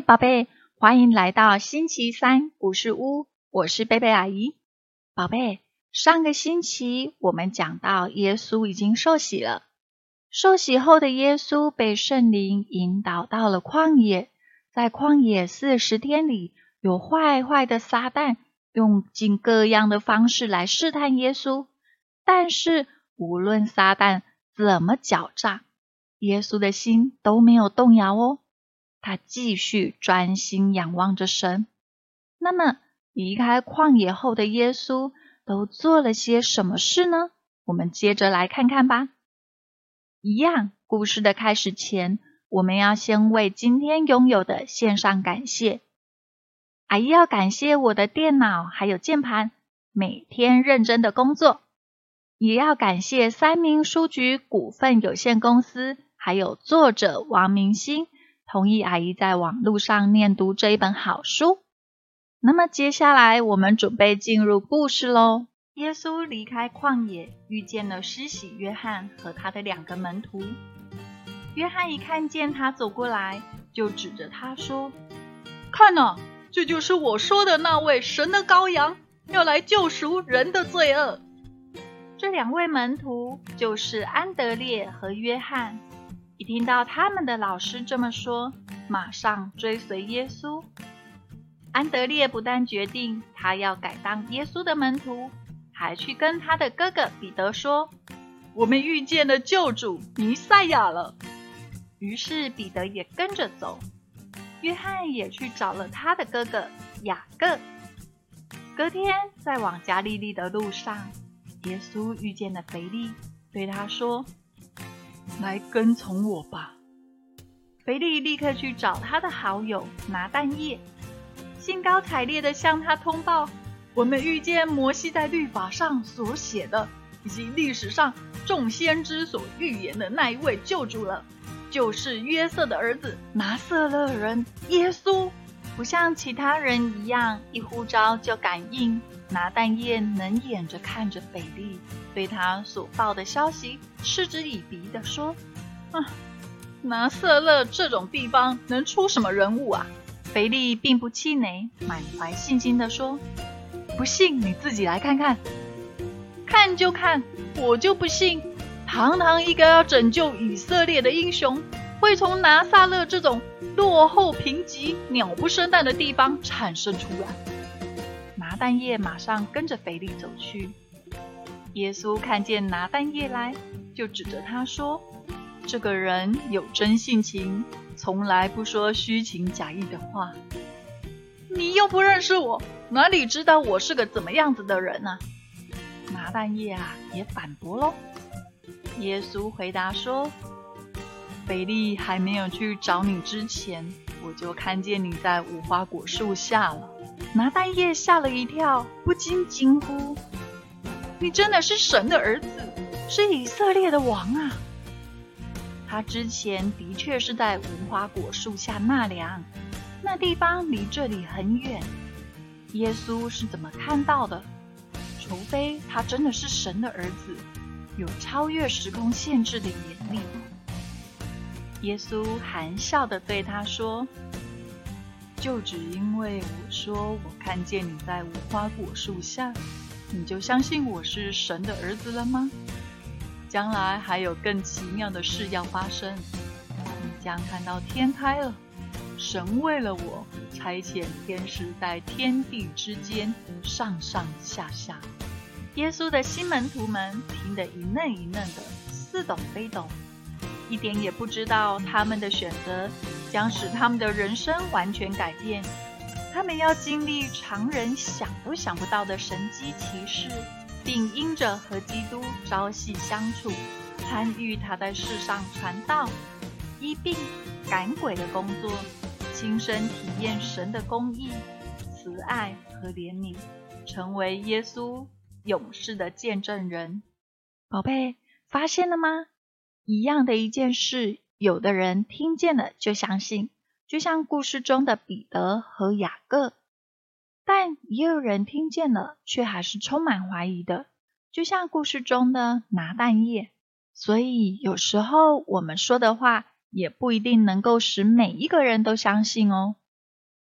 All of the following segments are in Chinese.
宝贝，欢迎来到星期三故事屋，我是贝贝阿姨。宝贝，上个星期我们讲到耶稣已经受洗了，受洗后的耶稣被圣灵引导到了旷野，在旷野40天里，有坏的撒旦用尽各样的方式来试探耶稣，但是无论撒旦怎么狡诈，耶稣的心都没有动摇哦。他继续专心仰望着神。那么离开旷野后的耶稣都做了些什么事呢？我们接着来看看吧。一样，故事的开始前，我们要先为今天拥有的献上感谢。阿姨要感谢我的电脑还有键盘每天认真的工作，也要感谢三民书局股份有限公司还有作者王明星同意阿姨在网络上念读这一本好书。那么接下来我们准备进入故事咯。耶稣离开旷野，遇见了施洗约翰和他的2个门徒。约翰一看见他走过来，就指着他说：看啊，这就是我说的那位神的羔羊，要来救赎人的罪恶。这2位门徒就是安德烈和约翰。一听到他们的老师这么说，马上追随耶稣。安德烈不但决定他要改当耶稣的门徒，还去跟他的哥哥彼得说：我们遇见了救主弥赛亚了。于是彼得也跟着走。约翰也去找了他的哥哥雅各。隔天在往加利利的路上，耶稣遇见了腓力，对他说：来跟从我吧。腓力立刻去找他的好友拿但业，兴高采烈地向他通报：我们遇见摩西在律法上所写的，以及历史上众先知所预言的那一位救主了，就是约瑟的儿子拿撒勒人耶稣。不像其他人一样一呼召就感应，拿但业能眼着看着腓力，对他所报的消息嗤之以鼻地说：拿撒勒这种地方能出什么人物啊？腓力并不气馁，满怀信心地说：不信你自己来看看。看就看，我就不信，堂堂一个要拯救以色列的英雄，会从拿撒勒这种落后贫瘠鸟不生蛋的地方产生出来。拿但业马上跟着腓力走去。耶稣看见拿但业来，就指着他说：这个人有真性情，从来不说虚情假意的话。你又不认识我，哪里知道我是个怎么样子的人啊？拿但业也反驳咯。耶稣回答说：腓力还没有去找你之前，我就看见你在无花果树下了。拿但业吓了一跳，不禁惊呼：你真的是神的儿子，是以色列的王啊！他之前的确是在无花果树下纳凉，那地方离这里很远。耶稣是怎么看到的？除非他真的是神的儿子，有超越时空限制的眼力。耶稣含笑地对他说：就只因为我说我看见你在无花果树下，你就相信我是神的儿子了吗？将来还有更奇妙的事要发生，你将看到天开了，神为了我差遣天使在天地之间上上下下。耶稣的新门徒们听得一愣一愣的，似懂非懂，一点也不知道他们的选择将使他们的人生完全改变。他们要经历常人想都想不到的神迹奇事，并因着和基督朝夕相处，参与他在世上传道、医病、赶鬼的工作，亲身体验神的公义、慈爱和怜悯，成为耶稣永世的见证人。宝贝，发现了吗？一样的一件事，有的人听见了就相信，就像故事中的彼得和雅各。但也有人听见了，却还是充满怀疑的，就像故事中的拿但业。所以有时候我们说的话，也不一定能够使每一个人都相信哦。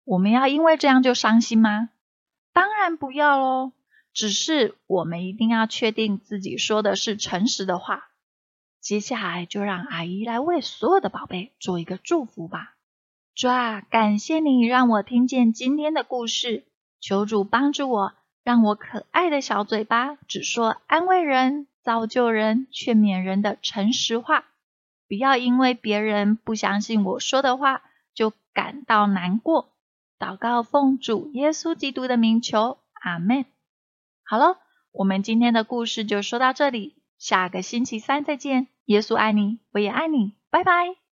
我们要因为这样就伤心吗？当然不要咯，只是我们一定要确定自己说的是诚实的话。接下来就让阿姨来为所有的宝贝做一个祝福吧。主啊，感谢你让我听见今天的故事，求主帮助我，让我可爱的小嘴巴只说安慰人、造就人、劝勉人的诚实话，不要因为别人不相信我说的话就感到难过。祷告奉主耶稣基督的名求，阿们。好了，我们今天的故事就说到这里，下个星期三再见。耶稣爱你，我也爱你，拜拜。